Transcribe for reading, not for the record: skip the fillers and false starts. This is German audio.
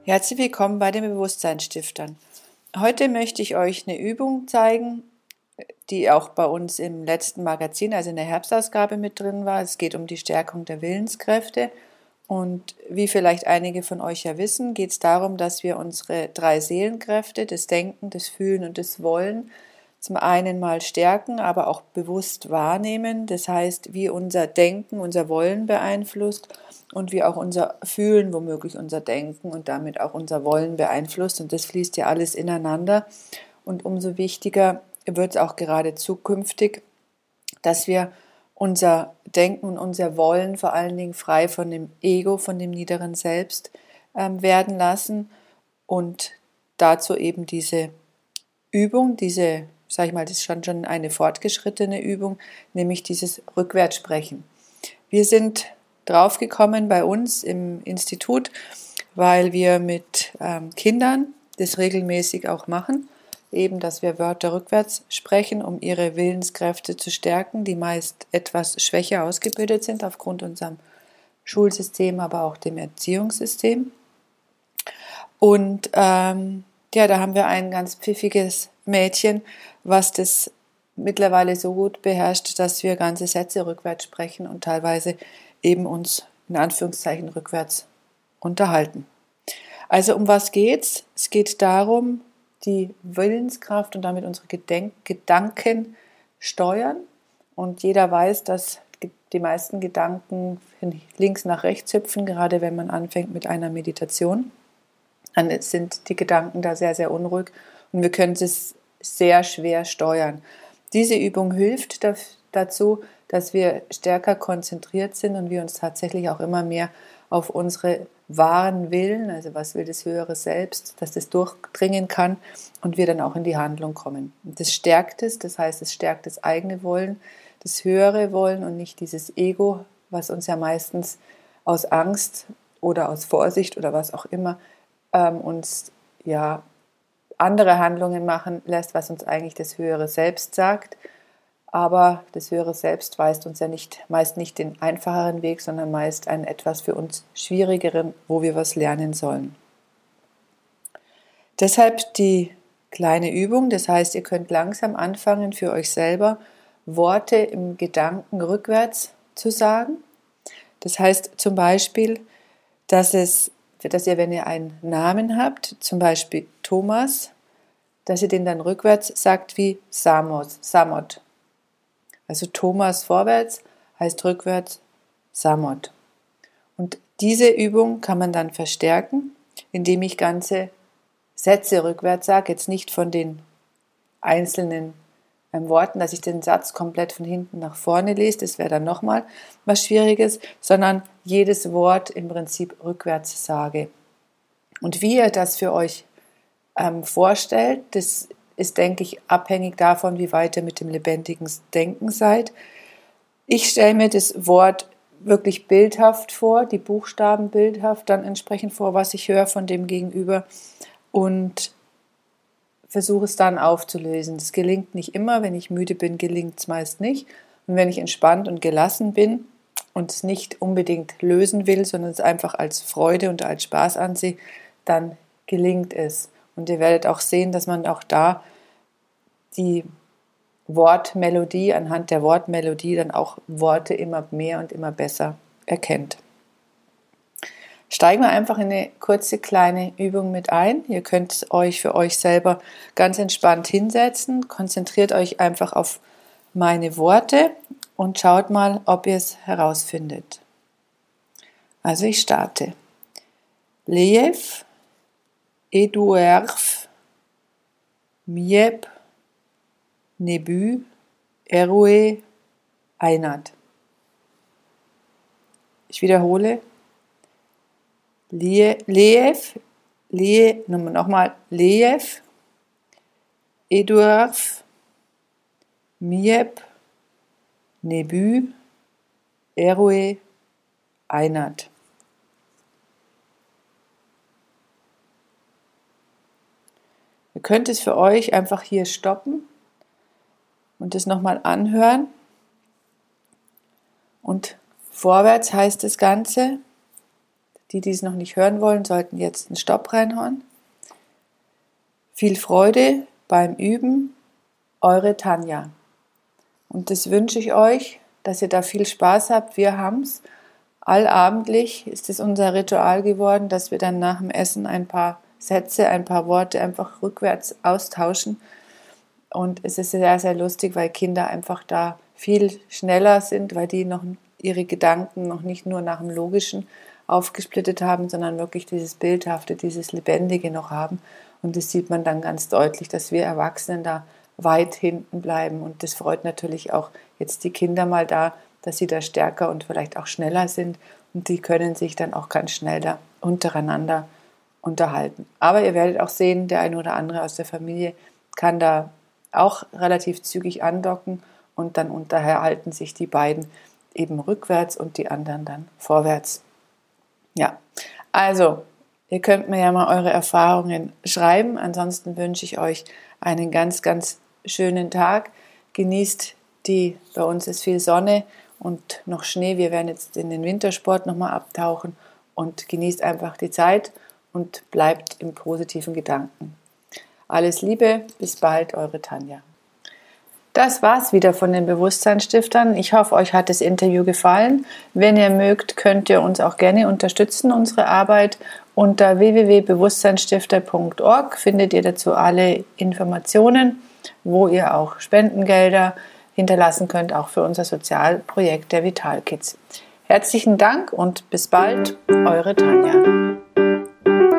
Herzlich willkommen bei den Bewusstseinsstiftern. Heute möchte ich euch eine Übung zeigen, die auch bei uns im letzten Magazin, also in der Herbstausgabe mit drin war. Es geht um die Stärkung der Willenskräfte. Und wie vielleicht einige von euch ja wissen, geht es darum, dass wir unsere 3 Seelenkräfte, das Denken, das Fühlen und das Wollen, zum einen mal stärken, aber auch bewusst wahrnehmen. Das heißt, wie unser Denken, unser Wollen beeinflusst und wie auch unser Fühlen womöglich unser Denken und damit auch unser Wollen beeinflusst. Und das fließt ja alles ineinander. Und umso wichtiger wird es auch gerade zukünftig, dass wir unser Denken und unser Wollen vor allen Dingen frei von dem Ego, von dem niederen Selbst werden lassen und dazu eben diese Übung, sage ich mal, das ist schon eine fortgeschrittene Übung, nämlich dieses Rückwärtssprechen. Wir sind draufgekommen bei uns im Institut, weil wir mit Kindern das regelmäßig auch machen, eben, dass wir Wörter rückwärts sprechen, um ihre Willenskräfte zu stärken, die meist etwas schwächer ausgebildet sind aufgrund unserem Schulsystem, aber auch dem Erziehungssystem. Und ja, da haben wir ein ganz pfiffiges Mädchen, was das mittlerweile so gut beherrscht, dass wir ganze Sätze rückwärts sprechen und teilweise eben uns in Anführungszeichen rückwärts unterhalten. Also um was geht's? Es geht darum, die Willenskraft und damit unsere Gedanken steuern. Und jeder weiß, dass die meisten Gedanken von links nach rechts hüpfen, gerade wenn man anfängt mit einer Meditation. Dann sind die Gedanken da sehr, sehr unruhig und wir können es sehr schwer steuern. Diese Übung hilft dazu, dass wir stärker konzentriert sind und wir uns tatsächlich auch immer mehr auf unsere wahren Willen, also was will das höhere Selbst, dass das durchdringen kann und wir dann auch in die Handlung kommen. Und das stärkt es, das heißt, es stärkt das eigene Wollen, das höhere Wollen und nicht dieses Ego, was uns ja meistens aus Angst oder aus Vorsicht oder was auch immer uns ja andere Handlungen machen lässt, was uns eigentlich das höhere Selbst sagt. Aber das höhere Selbst weist uns ja meist nicht den einfacheren Weg, sondern meist einen etwas für uns schwierigeren, wo wir was lernen sollen. Deshalb die kleine Übung, das heißt, ihr könnt langsam anfangen, für euch selber Worte im Gedanken rückwärts zu sagen. Das heißt zum Beispiel, dass ihr, wenn ihr einen Namen habt, zum Beispiel Thomas, dass ihr den dann rückwärts sagt wie Samot. Also Thomas vorwärts heißt rückwärts Samot. Und diese Übung kann man dann verstärken, indem ich ganze Sätze rückwärts sage, jetzt nicht von den einzelnen Worten, dass ich den Satz komplett von hinten nach vorne lese, das wäre dann nochmal was Schwieriges, sondern jedes Wort im Prinzip rückwärts sage. Und wie ihr das für euch vorstellt, das ist, denke ich, abhängig davon, wie weit ihr mit dem lebendigen Denken seid. Ich stelle mir das Wort wirklich bildhaft vor, die Buchstaben bildhaft dann entsprechend vor, was ich höre von dem Gegenüber und versuche es dann aufzulösen. Das gelingt nicht immer. Wenn ich müde bin, gelingt es meist nicht. Und wenn ich entspannt und gelassen bin und es nicht unbedingt lösen will, sondern es einfach als Freude und als Spaß ansehe, dann gelingt es. Und ihr werdet auch sehen, dass man auch da die Wortmelodie, anhand der Wortmelodie dann auch Worte immer mehr und immer besser erkennt. Steigen wir einfach in eine kurze kleine Übung mit ein. Ihr könnt euch für euch selber ganz entspannt hinsetzen. Konzentriert euch einfach auf meine Worte und schaut mal, ob ihr es herausfindet. Also ich starte. Lejev, Eduerf, Miep, Nebü, Erue, Einat. Ich wiederhole. Lejev, nochmal Lejev, Eduerf, Miep, Nebü, Erue, Einat. Ihr könnt es für euch einfach hier stoppen und es nochmal anhören. Und vorwärts heißt das Ganze, Die es noch nicht hören wollen, sollten jetzt einen Stopp reinhauen. Viel Freude beim Üben, eure Tanja. Und das wünsche ich euch, dass ihr da viel Spaß habt. Wir haben es. Allabendlich ist es unser Ritual geworden, dass wir dann nach dem Essen ein paar Sätze, ein paar Worte einfach rückwärts austauschen. Und es ist sehr, sehr lustig, weil Kinder einfach da viel schneller sind, weil die noch ihre Gedanken noch nicht nur nach dem Logischen aufgesplittet haben, sondern wirklich dieses Bildhafte, dieses Lebendige noch haben. Und das sieht man dann ganz deutlich, dass wir Erwachsenen da weit hinten bleiben. Und das freut natürlich auch jetzt die Kinder mal da, dass sie da stärker und vielleicht auch schneller sind. Und die können sich dann auch ganz schnell da untereinander unterhalten. Aber ihr werdet auch sehen, der eine oder andere aus der Familie kann da auch relativ zügig andocken und dann unterhalten sich die beiden eben rückwärts und die anderen dann vorwärts. Ja, also ihr könnt mir ja mal eure Erfahrungen schreiben. Ansonsten wünsche ich euch einen ganz, ganz schönen Tag. Genießt bei uns ist viel Sonne und noch Schnee. Wir werden jetzt in den Wintersport nochmal abtauchen und genießt einfach die Zeit und bleibt im positiven Gedanken. Alles Liebe, bis bald, eure Tanja. Das war's wieder von den Bewusstseinsstiftern. Ich hoffe, euch hat das Interview gefallen. Wenn ihr mögt, könnt ihr uns auch gerne unterstützen, unsere Arbeit. Unter www.bewusstseinsstifter.org findet ihr dazu alle Informationen, wo ihr auch Spendengelder hinterlassen könnt, auch für unser Sozialprojekt der Vital Kids. Herzlichen Dank und bis bald, eure Tanja.